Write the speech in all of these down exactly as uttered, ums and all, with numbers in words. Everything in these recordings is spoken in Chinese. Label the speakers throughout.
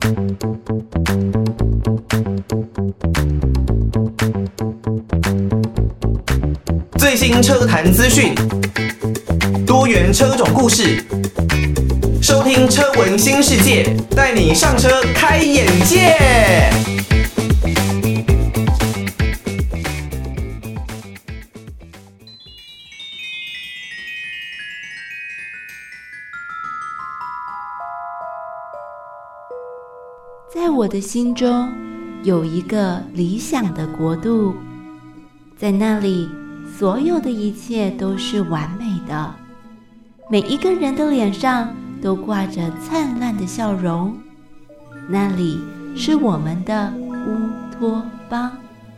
Speaker 1: 最新车坛资讯，多元车种故事，收听车闻新世界，带你上车开眼界。
Speaker 2: 在我的心中有一个理想的国度，在那里所有的一切都是完美的，每一个人的脸上都挂着灿烂的笑容，那里是我们的乌托邦。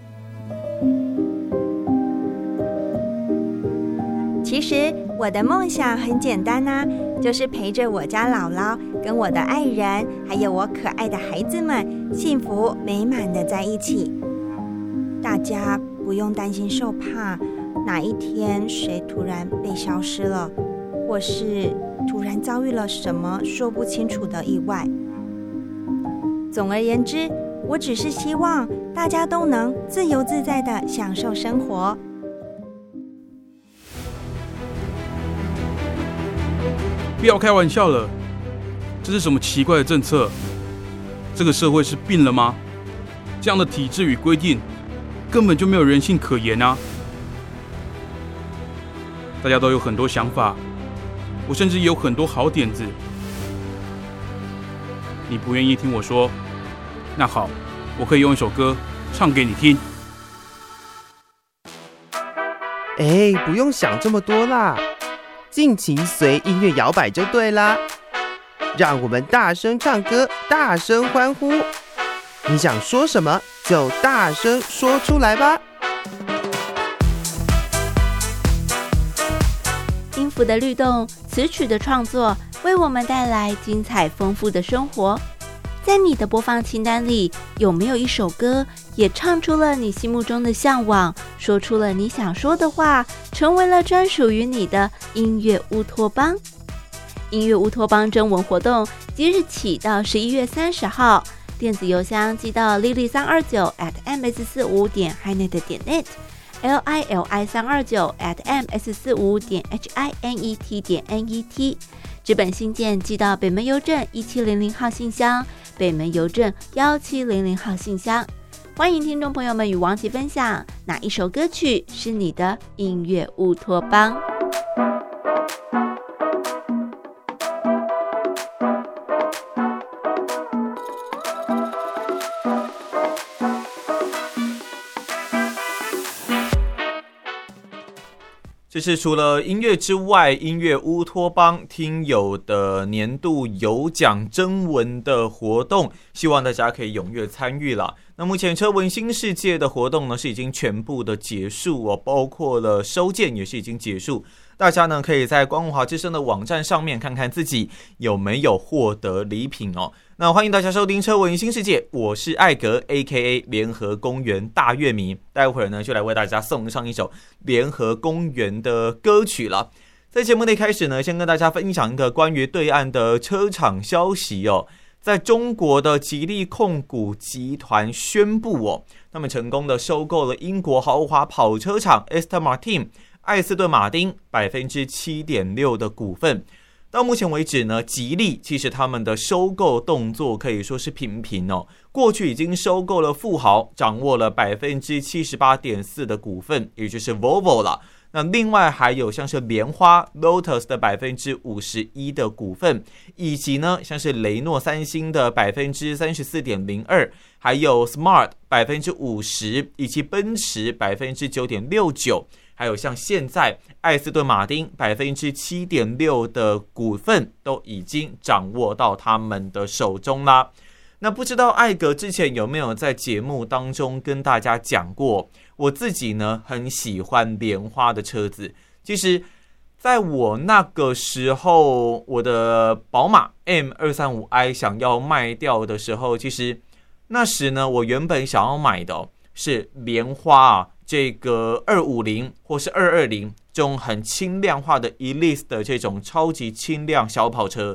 Speaker 3: 其实我的梦想很简单啊，就是陪着我家姥姥跟我的爱人还有我可爱的孩子们幸福美满的在一起，大家不用担心受怕哪一天谁突然被消失了，或是突然遭遇了什么说不清楚的意外。总而言之，我只是希望大家都能自由自在地享受生活。
Speaker 4: 不要开玩笑了，这是什么奇怪的政策？这个社会是病了吗？这样的体制与规定根本就没有人性可言啊！大家都有很多想法，我甚至也有很多好点子。你不愿意听我说，那好，我可以用一首歌唱给你听。
Speaker 5: 哎，不用想这么多啦，尽情随音乐摇摆就对啦。让我们大声唱歌，大声欢呼，你想说什么就大声说出来吧。
Speaker 2: 音符的律动，词曲的创作，为我们带来精彩丰富的生活。在你的播放清单里，有没有一首歌也唱出了你心目中的向往，说出了你想说的话，成为了专属于你的音乐乌托邦？音乐乌托邦征文活动即日起到十一月三十号，电子邮箱寄到 lily 三二九 at m s 四五 点 hinet 点 net l i l i 三二九 at m s 四五 点 h i n e t 点 n e t， 纸本信件寄到北门邮政一七零零号信箱，北门邮政一七零零号信箱。欢迎听众朋友们与王琦分享哪一首歌曲是你的音乐乌托邦。
Speaker 6: 这是除了音乐之外，音乐乌托邦听友的年度有奖征文的活动，希望大家可以踊跃参与啦。那目前车闻新世界的活动呢是已经全部的结束哦，包括了收件也是已经结束。大家呢可以在光华之声的网站上面看看自己有没有获得礼品哦。那欢迎大家收听车闻新世界，我是艾格 A K A 联合公园大乐迷，待会儿呢就来为大家送上一首联合公园的歌曲了。在节目的一开始呢，先跟大家分享一个关于对岸的车厂消息哦。在中国的吉利控股集团宣布哦，他们成功的收购了英国豪华跑车厂 Aston Martin 艾斯顿马丁 百分之七点六 的股份。到目前为止呢，吉利其实他们的收购动作可以说是频频哦。过去已经收购了富豪，掌握了 百分之七十八点四 的股份，也就是 Volvo 了。那另外还有像是莲花 Lotus 的 百分之五十一 的股份，以及呢像是雷诺三星的 百分之三十四点零二， 还有 Smart 百分之五十， 以及奔驰 百分之九点六九，还有像现在艾斯顿马丁 百分之七点六 的股份都已经掌握到他们的手中啦。那不知道艾格之前有没有在节目当中跟大家讲过，我自己呢很喜欢莲花的车子。其实在我那个时候，我的宝马 M 二三五 i 想要卖掉的时候，其实那时呢我原本想要买的、哦、是莲花啊，这个二五零或是二二零这种很轻量化的 Elise 的这种超级轻量小跑车。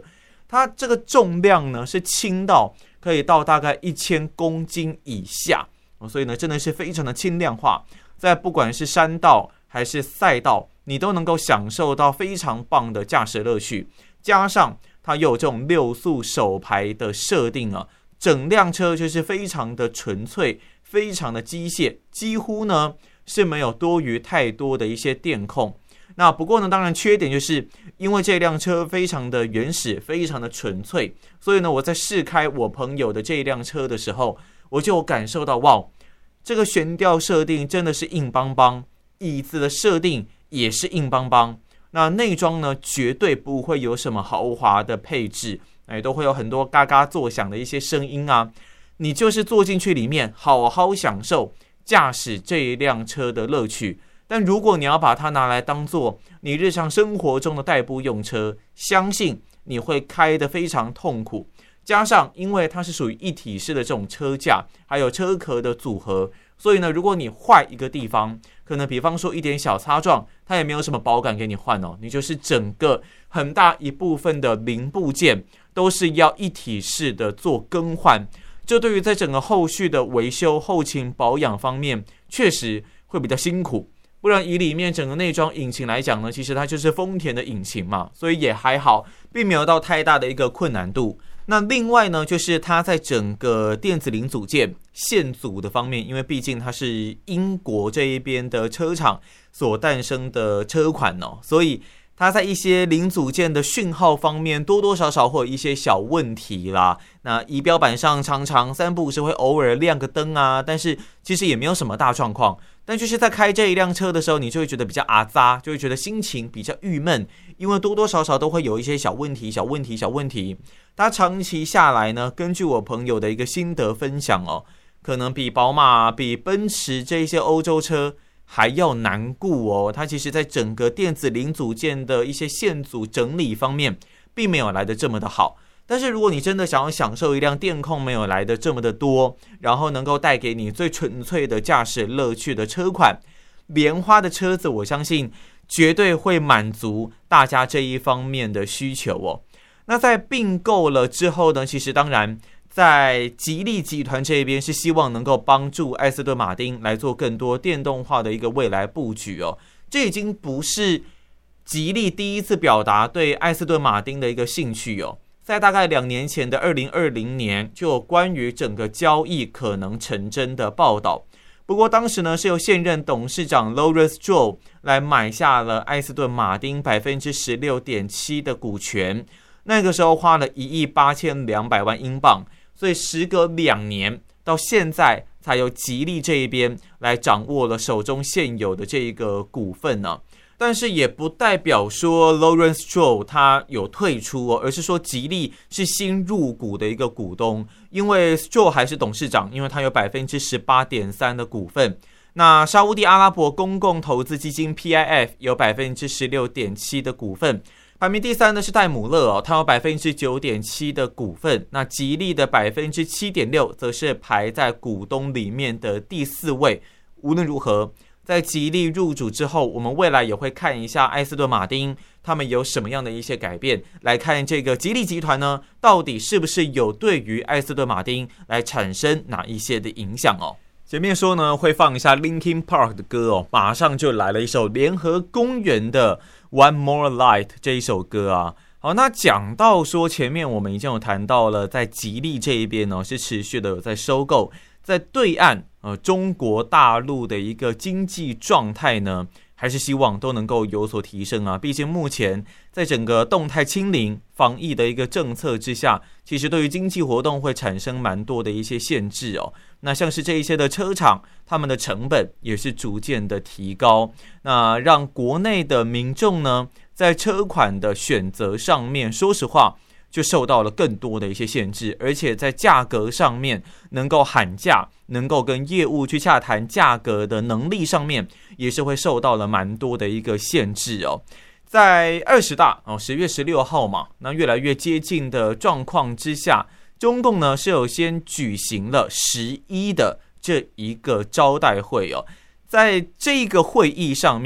Speaker 6: 它这个重量呢是轻到可以到大概一千公斤以下，所以呢真的是非常的轻量化，在不管是山道还是赛道，你都能够享受到非常棒的驾驶乐趣。加上它有这种六速手排的设定啊，整辆车就是非常的纯粹，非常的机械，几乎呢是没有多余太多的一些电控。那不过呢，当然缺点就是因为这辆车非常的原始，非常的纯粹，所以呢，我在试开我朋友的这一辆车的时候，我就感受到哇，这个悬吊设定真的是硬邦邦，椅子的设定也是硬邦邦。那内装呢，绝对不会有什么豪华的配置，哎，都会有很多嘎嘎作响的一些声音啊。你就是坐进去里面，好好享受驾驶这一辆车的乐趣。但如果你要把它拿来当做你日常生活中的代步用车，相信你会开得非常痛苦。加上因为它是属于一体式的这种车架，还有车壳的组合，所以呢，如果你坏一个地方，可能比方说一点小擦撞，它也没有什么保杆给你换哦，你就是整个很大一部分的零部件都是要一体式的做更换。这对于在整个后续的维修、后勤保养方面，确实会比较辛苦。不然以里面整个内装引擎来讲呢，其实它就是丰田的引擎嘛，所以也还好，并没有到太大的一个困难度。那另外呢，就是它在整个电子零组件线组的方面，因为毕竟它是英国这一边的车厂所诞生的车款哦，所以它在一些零组件的讯号方面多多少少会有一些小问题啦。那仪表板上常常三不五时会偶尔亮个灯啊，但是其实也没有什么大状况。但就是在开这一辆车的时候，你就会觉得比较阿杂，就会觉得心情比较郁闷，因为多多少少都会有一些小问题、小问题、小问题。它长期下来呢，根据我朋友的一个心得分享哦，可能比宝马、比奔驰这一些欧洲车还要难顾哦。它其实在整个电子零组件的一些线组整理方面，并没有来得这么的好。但是如果你真的想要享受一辆电控没有来的这么的多，然后能够带给你最纯粹的驾驶乐趣的车款，莲花的车子我相信绝对会满足大家这一方面的需求哦。那在并购了之后呢，其实当然在吉利集团这边是希望能够帮助艾斯顿马丁来做更多电动化的一个未来布局哦。这已经不是吉利第一次表达对艾斯顿马丁的一个兴趣哦。在大概两年前的二零二零年，就有关于整个交易可能成真的报道。不过当时呢，是由现任董事长 Lawrence Stroll 来买下了艾斯顿马丁 百分之十六点七 的股权。那个时候花了一亿八千两百万英镑，所以时隔两年到现在，才由吉利这一边来掌握了手中现有的这一个股份呢、啊。但是也不代表说 Lawrence Stroll 他有退出哦，而是说吉利是新入股的一个股东，因为 Stroll 还是董事长，因为他有 百分之十八点三 的股份。那沙烏地阿拉伯公共投资基金 P I F 有 百分之十六点七 的股份。排名第三的是戴姆勒哦，它有 百分之九点七 的股份。那吉利的 百分之七点六 则是排在股东里面的第四位。无论如何，在吉利入主之后，我们未来也会看一下艾斯顿马丁他们有什么样的一些改变，来看这个吉利集团呢，到底是不是有对于艾斯顿马丁来产生哪一些的影响哦。前面说呢会放一下 Linkin Park 的歌哦，马上就来了一首联合公园的 One More Light 这一首歌啊。好，那讲到说前面我们已经有谈到了，在吉利这一边呢是持续的有在收购，在对岸呃中国大陆的一个经济状态呢，还是希望都能够有所提升啊。毕竟目前在整个动态清零防疫的一个政策之下，其实对于经济活动会产生蛮多的一些限制哦。那像是这一些的车厂，他们的成本也是逐渐的提高，那让国内的民众呢，在车款的选择上面，说实话就受到了更多的一些限制，而且在价格上面能够喊价，能够跟业务去洽谈价格的能力上面，也是会受到了蛮多的一个限制哦。在二十大哦，十月十六号嘛，那越来越接近的状况之下，中共呢是有先举行了十一的这一个招待会哦，在这个会议上面，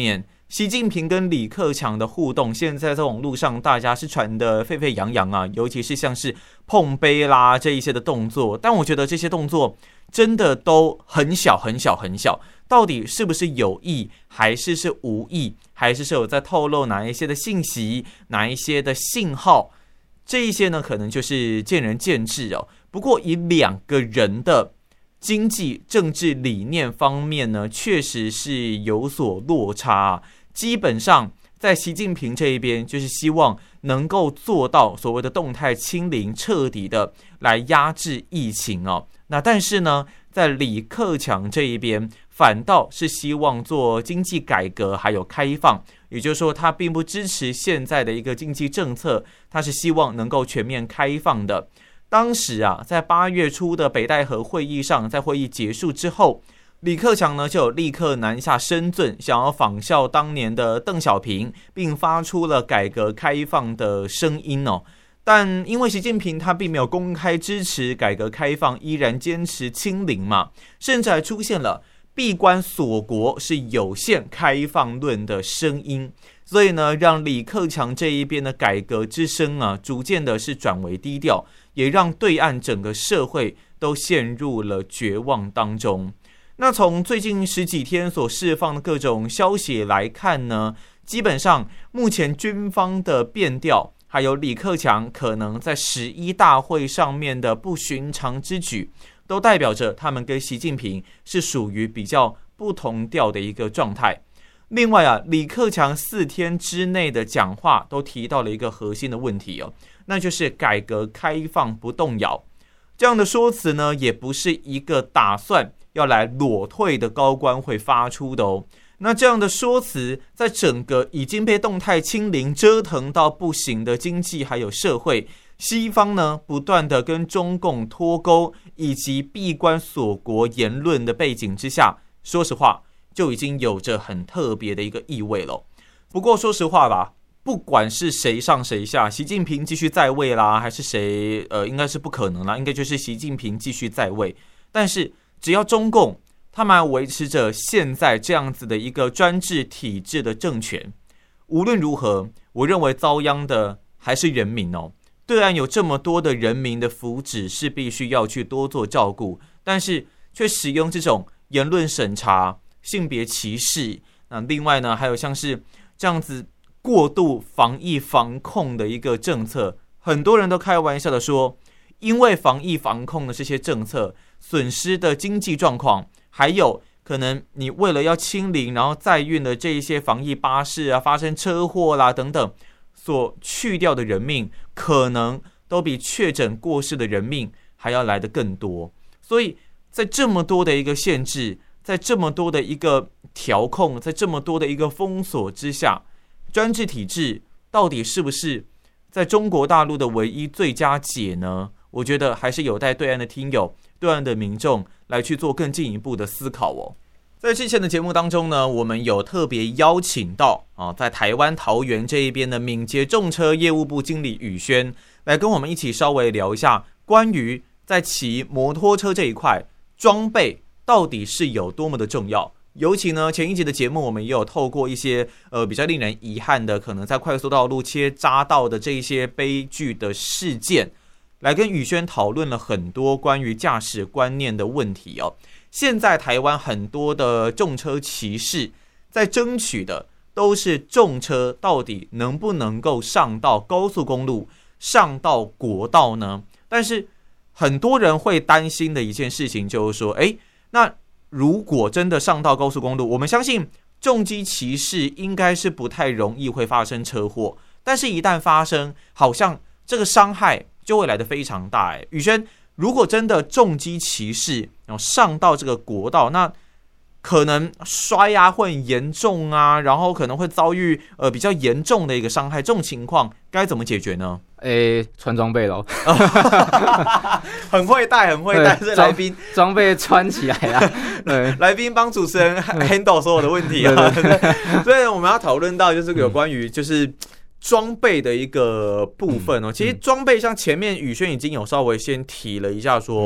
Speaker 6: 习近平跟李克强的互动，现在在网络上大家是传得沸沸扬扬啊，尤其是像是碰杯啦这一些的动作，但我觉得这些动作真的都很小很小很小，到底是不是有意还是是无意，还是是有在透露哪一些的信息，哪一些的信号，这一些呢可能就是见仁见智哦。不过以两个人的经济政治理念方面呢，确实是有所落差啊。基本上在习近平这一边，就是希望能够做到所谓的动态清零，彻底的来压制疫情哦。那但是呢，在李克强这一边，反倒是希望做经济改革还有开放，也就是说，他并不支持现在的一个经济政策，他是希望能够全面开放的。当时啊，在八月初的北戴河会议上，在会议结束之后，李克强呢就有立刻南下深圳，想要仿效当年的邓小平，并发出了改革开放的声音哦。但因为习近平他并没有公开支持改革开放，依然坚持清零嘛，甚至还出现了闭关锁国是有限开放论的声音，所以呢，让李克强这一边的改革之声啊，逐渐的是转为低调，也让对岸整个社会都陷入了绝望当中。那从最近十几天所释放的各种消息来看呢，基本上目前军方的变调，还有李克强可能在十一大会上面的不寻常之举，都代表着他们跟习近平是属于比较不同调的一个状态。另外啊，李克强四天之内的讲话都提到了一个核心的问题哦，那就是改革开放不动摇。这样的说辞呢，也不是一个打算要来裸退的高官会发出的哦。那这样的说辞，在整个已经被动态清零折腾到不行的经济还有社会，西方呢不断的跟中共脱钩，以及闭关锁国言论的背景之下，说实话就已经有着很特别的一个意味了。不过说实话吧，不管是谁上谁下，习近平继续在位啦，还是谁，呃，应该是不可能啦，应该就是习近平继续在位。但是只要中共他们还维持着现在这样子的一个专制体制的政权，无论如何，我认为遭殃的还是人民哦。对岸有这么多的人民的福祉是必须要去多做照顾，但是却使用这种言论审查、性别歧视，那另外呢，还有像是这样子过度防疫防控的一个政策，很多人都开玩笑的说，因为防疫防控的这些政策损失的经济状况，还有可能你为了要清零，然后载运的这一些防疫巴士啊发生车祸啦等等，所去掉的人命可能都比确诊过世的人命还要来得更多。所以在这么多的一个限制，在这么多的一个调控，在这么多的一个封锁之下，专制体制到底是不是在中国大陆的唯一最佳解呢？我觉得还是有待对岸的听友、对岸的民众来去做更进一步的思考哦。在之前的节目当中呢，我们有特别邀请到啊，在台湾桃园这一边的敏捷重车业务部经理宇轩，来跟我们一起稍微聊一下关于在骑摩托车这一块，装备到底是有多么的重要。尤其呢，前一集的节目我们也有透过一些呃比较令人遗憾的，可能在快速道路切匝道的这一些悲剧的事件，来跟宇轩讨论了很多关于驾驶观念的问题哦。现在台湾很多的重车骑士在争取的都是重车到底能不能够上到高速公路、上到国道呢？但是很多人会担心的一件事情就是说，哎，那如果真的上到高速公路，我们相信重机骑士应该是不太容易会发生车祸，但是一旦发生，好像这个伤害就会来得非常大。哎，宇轩，如果真的重机骑士上到这个国道，那可能摔啊会很严重啊，然后可能会遭遇呃比较严重的一个伤害，这种情况该怎么解决呢？
Speaker 7: 诶，穿装备咯
Speaker 6: 很会带，很会带，是来宾
Speaker 7: 装备穿起来啊。对，
Speaker 6: 来宾帮主持人 handle 所有的问题啊。对对对，所以我们要讨论到就是有关于就是装备的一个部分哦。嗯、其实装备像前面宇轩已经有稍微先提了一下说。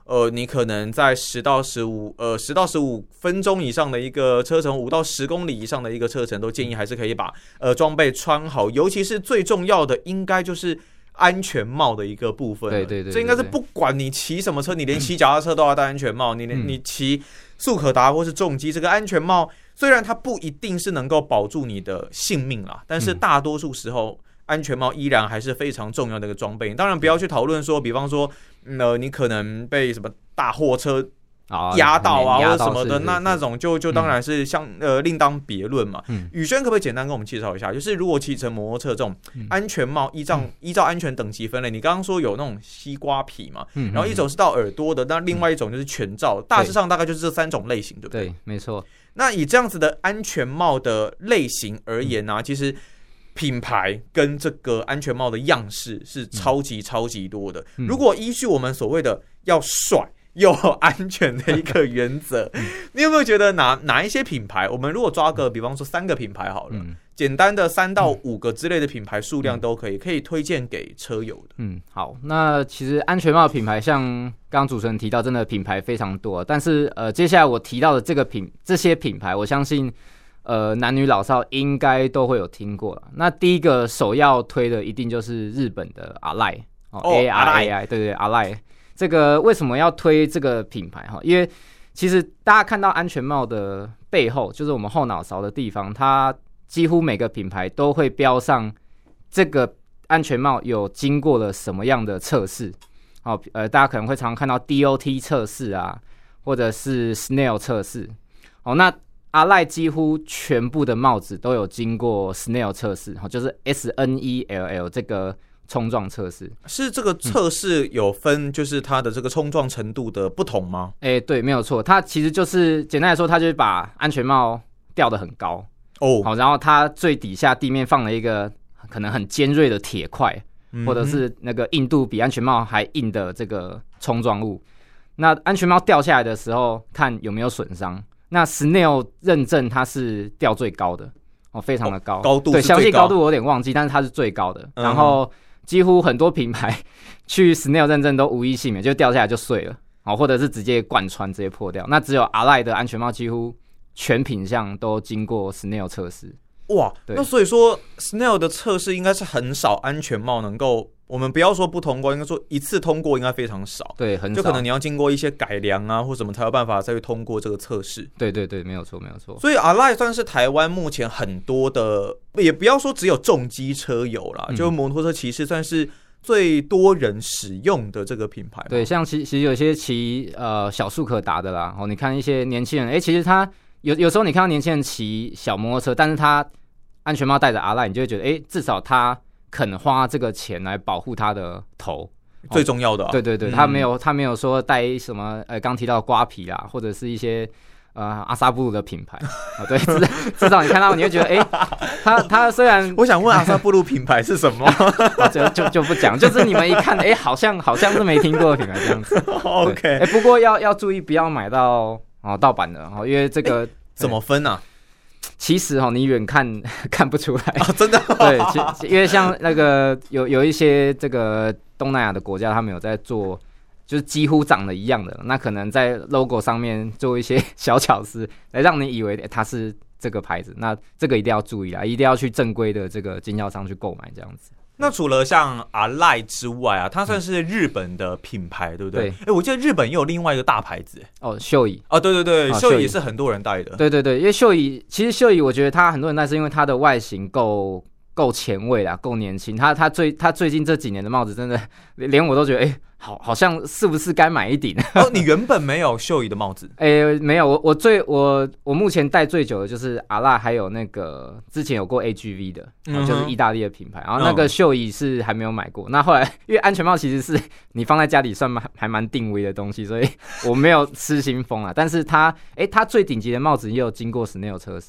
Speaker 6: 呃，你可能在十到十五呃十到十五分钟以上的一个车程，五到十公里以上的一个车程，都建议还是可以把呃装备穿好，尤其是最重要的，应该就是安全帽的一个部分。
Speaker 7: 对对 对, 对, 对，
Speaker 6: 这应该是不管你骑什么车，你连骑脚踏车都要戴安全帽。你你骑速可达或是重机，这个安全帽虽然它不一定是能够保住你的性命啦，但是大多数时候，安全帽依然还是非常重要的一个装备。当然不要去讨论说，比方说，嗯、呃，你可能被什么大货车压到啊，或者什么的，那那种就就当然是相、嗯、呃另当别论嘛。宇轩、嗯、可不可以简单跟我们介绍一下，就是如果骑乘摩托车这种安全帽依照、嗯、依照安全等级分类，你刚刚说有那种西瓜皮嘛，嗯、然后一种是到耳朵的，那另外一种就是全罩，大致上大概就是这三种类型，对不对？
Speaker 7: 对，没错。
Speaker 6: 那以这样子的安全帽的类型而言呢、啊，其实品牌跟这个安全帽的样式是超级超级多的。嗯、如果依据我们所谓的要帅又安全的一个原则，你有没有觉得哪哪一些品牌，我们如果抓个比方说三个品牌好了，嗯、简单的三到五个之类的品牌数量都可以，可以推荐给车友的。
Speaker 7: 嗯，好，那其实安全帽品牌像刚刚主持人提到，真的品牌非常多，但是呃，接下来我提到的这个品这些品牌，我相信。呃，男女老少应该都会有听过了。那第一个首要推的一定就是日本的 Arai 哦 ，A R A I， 对对 Arai。这个为什么要推这个品牌哈？因为其实大家看到安全帽的背后，就是我们后脑勺的地方，它几乎每个品牌都会标上这个安全帽有经过了什么样的测试。好，呃，大家可能会常常看到 D O T 测试啊，或者是 Snell 测试。哦，那Arai几乎全部的帽子都有经过 Snell 测试，就是 S N E L L 这个冲撞测试。
Speaker 6: 是这个测试有分，就是它的这个冲撞程度的不同吗？
Speaker 7: 哎、欸，对，没有错。它其实就是简单来说，它就是把安全帽吊得很高哦，好，然后它最底下地面放了一个可能很尖锐的铁块，嗯、或者是那个硬度比安全帽还硬的这个冲撞物。那安全帽掉下来的时候，看有没有损伤。那 Snell 认证它是吊最高的哦，非常的高，
Speaker 6: 哦、高度
Speaker 7: 对，详细高度我有点忘记，但是它是最高的。嗯、然后几乎很多品牌去 Snell 认证都无一幸免，就掉下来就碎了，哦，或者是直接贯穿，直接破掉。那只有 Arai 的安全帽几乎全品项都经过 Snell 测试。
Speaker 6: 哇，那所以说 Snell 的测试应该是很少安全帽能够。我们不要说不通过，应该说一次通过应该非常少，
Speaker 7: 对，很少，
Speaker 6: 就可能你要经过一些改良啊，或什么才有办法再去通过这个测试。
Speaker 7: 对对对，没有错，没有错。
Speaker 6: 所以 Arai 算是台湾目前很多的，也不要说只有重机车友啦，嗯、就摩托车骑士算是最多人使用的这个品牌。
Speaker 7: 对，像其其实有些骑呃小速可达的啦，哦，你看一些年轻人，哎、欸，其实他有有时候你看到年轻人骑小摩托车，但是他安全帽戴着 Arai， 你就会觉得，哎、欸，至少他。肯花这个钱来保护他的头，
Speaker 6: 最重要的、啊。
Speaker 7: 对对对，他没有他没有说带什么呃，刚提到的瓜皮啦，或者是一些呃阿萨布鲁的品牌。哦、对，至至少你看到你会觉得，哎、欸，他他虽然
Speaker 6: 我想问阿萨布鲁品牌是什么，
Speaker 7: 就就就不讲，就是你们一看，哎、欸，好像好像是没听过的品牌这样子。
Speaker 6: OK，
Speaker 7: 哎、欸，不过要要注意不要买到哦盗版的哦，因为这个、欸、
Speaker 6: 怎么分啊？
Speaker 7: 其实哈，你远看看不出来、
Speaker 6: 哦、真的。
Speaker 7: 对，其因为像那个有有一些这个东南亚的国家，他们有在做，就是几乎长得一样的，那可能在 logo 上面做一些小巧思，来让你以为它是这个牌子。那这个一定要注意啦，一定要去正规的这个经销商去购买这样子。
Speaker 6: 那除了像 Arai 之外啊，它算是日本的品牌，对不对？哎、欸，我记得日本也有另外一个大牌子
Speaker 7: 哦，秀椅
Speaker 6: 哦，对对对，秀椅也是很多人戴的。
Speaker 7: 对对对，因为秀椅其实秀椅，我觉得它很多人戴是因为它的外形够够前卫啦，够年轻。它它最它最近这几年的帽子真的连我都觉得，哎、欸，好好像是不是该买一顶？
Speaker 6: 哦，你原本没有秀椅的帽子？
Speaker 7: 哎、欸，没有，我我最我我目前戴最久的就是 Arai， 还有那个之前有过 A G V 的，嗯、就是意大利的品牌。然后那个秀椅是还没有买过。嗯、那后来因为安全帽其实是你放在家里算还蛮定位的东西，所以我没有失心疯啦。但是它，哎、欸，它最顶级的帽子也有经过 Snell 测试。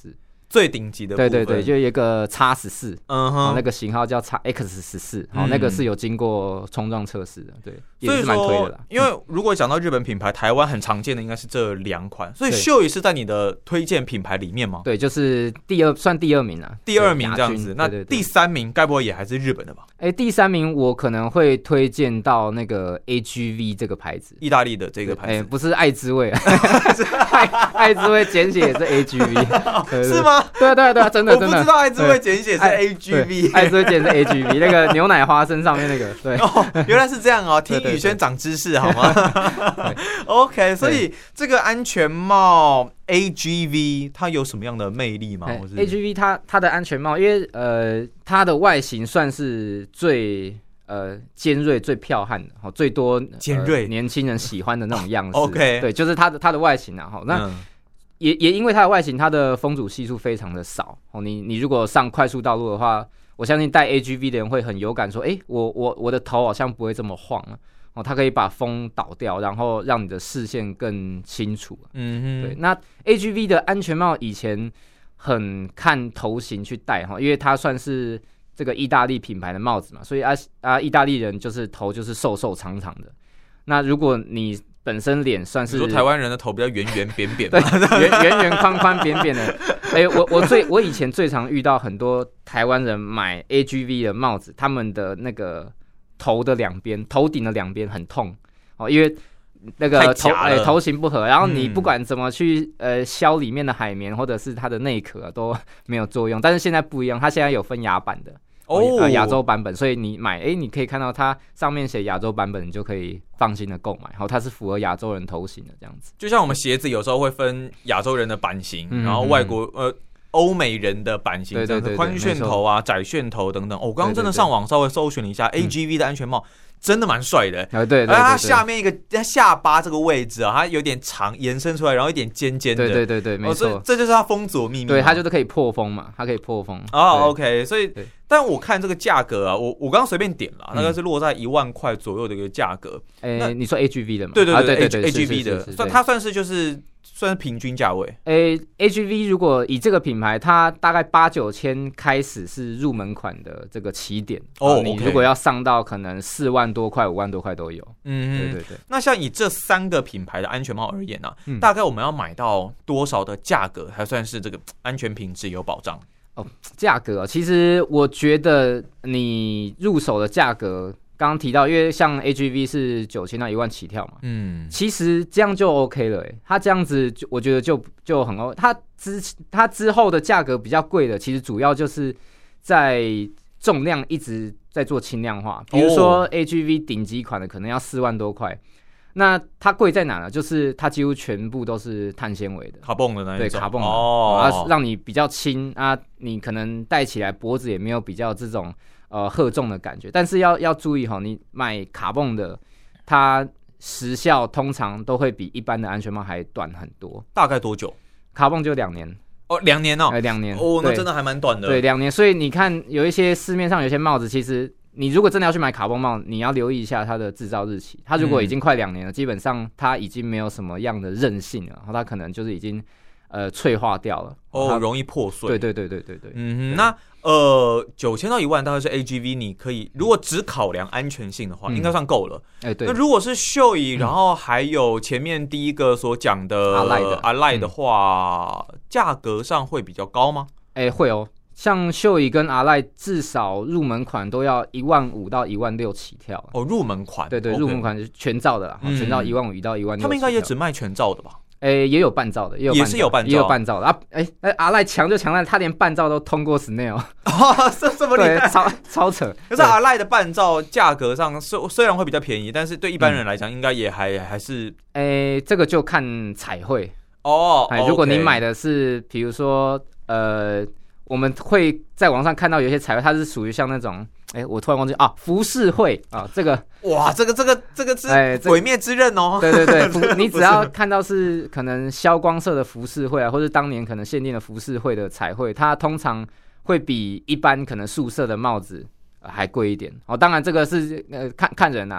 Speaker 6: 最顶级的部
Speaker 7: 对
Speaker 6: 分。
Speaker 7: 对对，就有一个 X 十四，
Speaker 6: 嗯哼，
Speaker 7: 那个型号叫 X 十四，好，
Speaker 6: 嗯
Speaker 7: 那个是有经过冲撞测试的，对，也
Speaker 6: 所以
Speaker 7: 是蛮推的
Speaker 6: 说
Speaker 7: 啦。，
Speaker 6: 因为如果讲到日本品牌，台湾很常见的应该是这两款，所以
Speaker 7: 对
Speaker 6: 秀仪是在你的推荐品牌里面吗？
Speaker 7: 对，就是第二算第二名啊，
Speaker 6: 第二名
Speaker 7: 对
Speaker 6: 这样子，那
Speaker 7: 亚军对对对
Speaker 6: 第三名该不会也还是日本的吧？
Speaker 7: 哎，第三名我可能会推荐到那个 A G V 这个牌子，
Speaker 6: 意大利的这个牌
Speaker 7: 哎，
Speaker 6: 子
Speaker 7: 不是爱滋味，爱爱滋味简写也是 A G V，
Speaker 6: 是？吗？
Speaker 7: 对啊对啊对啊，真的
Speaker 6: 我不
Speaker 7: 真的
Speaker 6: 知道爱滋味简写是
Speaker 7: 爱
Speaker 6: A G V，
Speaker 7: 爱滋味简是 A G V，那个牛奶花生上面那个，对，
Speaker 6: 哦，原来是这样哦，听
Speaker 7: 对对对
Speaker 6: 宇轩长知识好吗？OK， 所以这个安全帽 A G V 它有什么样的魅力吗？
Speaker 7: 哎
Speaker 6: 或是
Speaker 7: A G V 它它的安全帽，因为呃它的外形算是最呃尖锐、最剽悍的，好最多、呃、
Speaker 6: 尖锐
Speaker 7: 年轻人喜欢的那种样式。
Speaker 6: OK
Speaker 7: 对，就是它的它的外形啊，好那。
Speaker 6: 嗯
Speaker 7: 也也因为它的外形，它的风阻系数非常的少哦。你你如果上快速道路的话，我相信戴 A G V 的人会很有感，说，哎、欸，我我我的头好像不会这么晃了哦。它可以把风导掉，然后让你的视线更清楚。
Speaker 6: 嗯哼，
Speaker 7: 对，那 A G V 的安全帽以前很看头型去戴哈，因为它算是这个意大利品牌的帽子嘛，所以啊啊，意大利人就是头就是瘦瘦长长的。那如果你本身脸算是，
Speaker 6: 你说台湾人的头比较圆圆扁扁，
Speaker 7: 对，圆圆圆宽宽扁扁的。哎、欸，我我最我以前最常遇到很多台湾人买 A G V 的帽子，他们的那个头的两边，头顶的两边很痛哦，因为那个头哎、欸、头型不合，然后你不管怎么去呃削里面的海绵或者是它的内壳、啊、都没有作用。但是现在不一样，它现在有分亚版的。哦，亚、呃、洲版本，所以你买，哎，你可以看到它上面写亚洲版本，你就可以放心的购买。然后它是符合亚洲人头型的这样子，
Speaker 6: 就像我们鞋子有时候会分亚洲人的版型，
Speaker 7: 嗯、
Speaker 6: 然后外国呃欧美人的版型，
Speaker 7: 对对对，
Speaker 6: 宽楦头啊、窄楦头等等。哦、我刚刚真的上网稍微搜寻了一下 A G V 的安全帽。嗯真的蛮帅的、欸，
Speaker 7: 啊对对对，
Speaker 6: 它下面一个它下巴这个位置啊，它有点长延伸出来，然后一点尖尖的，
Speaker 7: 对对对对，没错、
Speaker 6: 哦，这就是它风阻的秘密，
Speaker 7: 对，它就是可以破风嘛，它可以破风。
Speaker 6: 哦 ，OK， 所以，但我看这个价格啊，我我刚刚随便点了，大概是落在一万块左右的一个价格。
Speaker 7: 哎、欸，你说 A G V 的嘛？
Speaker 6: 对对对、啊、
Speaker 7: 对对对
Speaker 6: ，A G V 的，算它算是就是算是平均价位。
Speaker 7: 哎、欸、，A G V 如果以这个品牌，它大概八九千开始是入门款的这个起点哦，啊、你如果要上到可能四万多块、五万多块都有。嗯，对对对。
Speaker 6: 那像以这三个品牌的安全帽而言呢、啊嗯，大概我们要买到多少的价格才算是这个安全品质有保障？
Speaker 7: 哦，价格、哦，其实我觉得你入手的价格。刚刚提到，因为像 A G V 是九千到一万起跳嘛，嗯，其实这样就 OK 了、欸，它这样子就我觉得就就很 OK。它之它之后的价格比较贵的，其实主要就是在重量一直在做轻量化，比如说 A G V 顶级款的可能要四万多块，那它贵在哪呢？就是它几乎全部都是碳纤维的，
Speaker 6: 卡蹦的那一种，
Speaker 7: 对，卡蹦的，
Speaker 6: 哦，
Speaker 7: 啊，让你比较轻啊，你可能戴起来脖子也没有比较这种。呃，荷重的感觉，但是要要注意哈，你买卡蹦的，它时效通常都会比一般的安全帽还短很多。
Speaker 6: 大概多久？
Speaker 7: 卡蹦就两年
Speaker 6: 哦，两年哦，
Speaker 7: 哎、呃，两年
Speaker 6: 哦，那真的还蛮短的。
Speaker 7: 对，两年。所以你看，有一些市面上有些帽子，其实你如果真的要去买卡蹦帽，你要留意一下它的制造日期。它如果已经快两年了、嗯，基本上它已经没有什么样的韧性了，然后它可能就是已经呃脆化掉了，
Speaker 6: 哦，容易破碎。
Speaker 7: 对对对对对对。
Speaker 6: 嗯哼，那。呃，九千到一万大概是 A G V， 你可以如果只考量安全性的话，嗯、应该算够了。
Speaker 7: 哎、欸，对。
Speaker 6: 那如果是秀仪、嗯，然后还有前面第一个所讲的
Speaker 7: 阿赖的
Speaker 6: 阿赖的话，价、嗯、格上会比较高吗？
Speaker 7: 哎、欸，会哦。像秀仪跟阿赖，至少入门款都要一万五到一万六起跳。
Speaker 6: 哦，入门款。
Speaker 7: 对对，
Speaker 6: okay.
Speaker 7: 入门款是全罩的啦，嗯、全罩一万五到一万六。
Speaker 6: 他们应该也只卖全罩的吧？
Speaker 7: 哎、欸，也有半罩的，也有
Speaker 6: 也是有半罩，
Speaker 7: 也有半罩的啊！哎、欸，那阿赖强就强在他连半罩都通过 Snail，
Speaker 6: 哦，这这么厉害，
Speaker 7: 超超扯。
Speaker 6: 可是阿赖的半罩价格上虽虽然会比较便宜，但是对一般人来讲，应该也还、嗯、还是，
Speaker 7: 哎、欸，这个就看彩绘
Speaker 6: 哦。
Speaker 7: 哎、欸，如果你买的是，比如说，呃，我们会在网上看到有些彩绘，它是属于像那种。哎、欸，我突然忘记啊，浮世绘啊，这个
Speaker 6: 哇，这个这个这个是鬼灭之刃哦。
Speaker 7: 欸、对对对，你只要看到是可能消光色的浮世绘啊，或是当年可能限定的浮世绘的彩绘，它通常会比一般可能素色的帽子、呃、还贵一点哦。当然这个是呃看看人啊，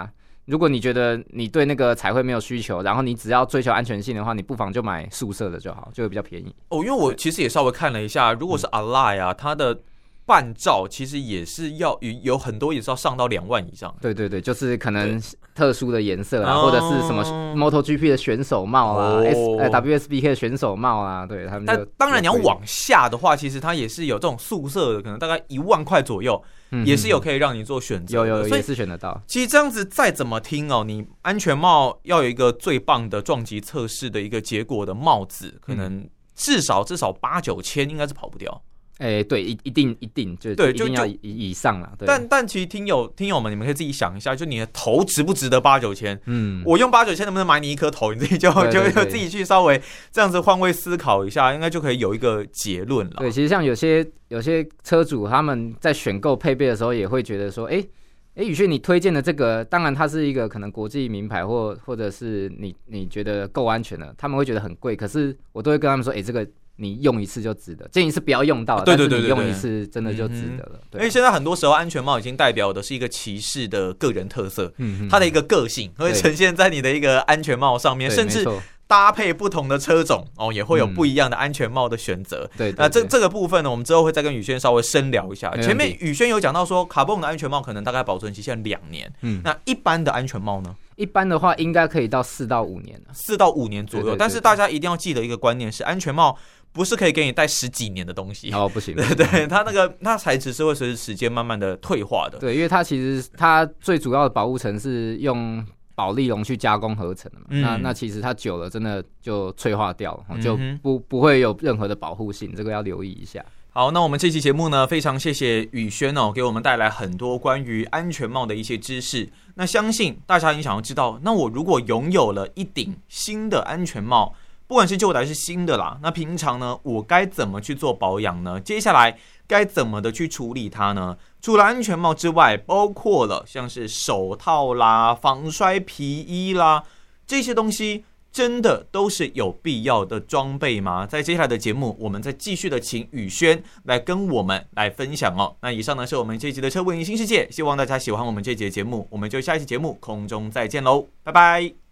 Speaker 7: 如果你觉得你对那个彩绘没有需求，然后你只要追求安全性的话，你不妨就买素色的就好，就会比较便宜。
Speaker 6: 哦，因为我其实也稍微看了一下，如果是 Align 啊，它的半罩其实也是要有很多也是要上到两万以上。
Speaker 7: 对对对，就是可能特殊的颜色啊，或者是什么 MotoGP 的选手帽啊、哦 S, W S B K 的选手帽啊，对他们。
Speaker 6: 但当然你要往下的话，其实它也是有这种素色的，可能大概一万块左右，嗯、也是有可以让你做选择。
Speaker 7: 有有有，也是选得到。
Speaker 6: 其实这样子再怎么听哦，你安全帽要有一个最棒的撞击测试的一个结果的帽子，可能至少至少八九千应该是跑不掉。
Speaker 7: 哎、欸，对，一一定一定就对，一定要 以, 以上了。
Speaker 6: 但但其实听友听友们，你们可以自己想一下，就你的头值不值得八九千？嗯，我用八九千能不能买你一颗头？你自己就对对对就就自己去稍微这样子换位思考一下，应该就可以有一个结论了。
Speaker 7: 对，其实像有些有些车主他们在选购配备的时候，也会觉得说，哎、欸。哎，宇轩，你推荐的这个，当然它是一个可能国际名牌，或或者是你你觉得够安全的，他们会觉得很贵。可是我都会跟他们说，哎，这个你用一次就值得，建议是不要用到，
Speaker 6: 对对对对，
Speaker 7: 但是你用一次真的就值得了。
Speaker 6: 因为现在很多时候安全帽已经代表的是一个骑士的个人特色，嗯，它的一个个性会呈现在你的一个安全帽上面，甚至搭配不同的车种哦，也会有不一样的安全帽的选择。嗯、对, 对, 对，那这这个部分呢，我们之后会再跟宇轩稍微深聊一下。前面宇轩有讲到说，卡蹦的安全帽可能大概保存期限两年。嗯，那一般的安全帽呢？
Speaker 7: 一般的话应该可以到四到五年了，
Speaker 6: 四到五年左右。对对对对，但是大家一定要记得一个观念是，安全帽不是可以给你戴十几年的东西
Speaker 7: 哦，不行。
Speaker 6: 对对，它那个它材质是会随着时间慢慢的退化的。
Speaker 7: 对，因为它其实它最主要的保护层是用保丽龙去加工合成的嘛，嗯、那那其实它久了真的就脆化掉了，就不不会有任何的保护性，这个要留意一下。
Speaker 6: 好，那我们这期节目呢，非常谢谢宇轩哦，给我们带来很多关于安全帽的一些知识。那相信大家也想要知道，那我如果拥有了一顶新的安全帽，不管是旧的还是新的啦，那平常呢，我该怎么去做保养呢？接下来该怎么的去处理它呢？除了安全帽之外，包括了像是手套啦、防摔皮衣啦，这些东西真的都是有必要的装备吗？在接下来的节目，我们再继续的请宇轩来跟我们来分享哦。那以上呢是我们这一集的车文新世界，希望大家喜欢我们这一集的节目，我们就下一期节目空中再见喽，拜拜。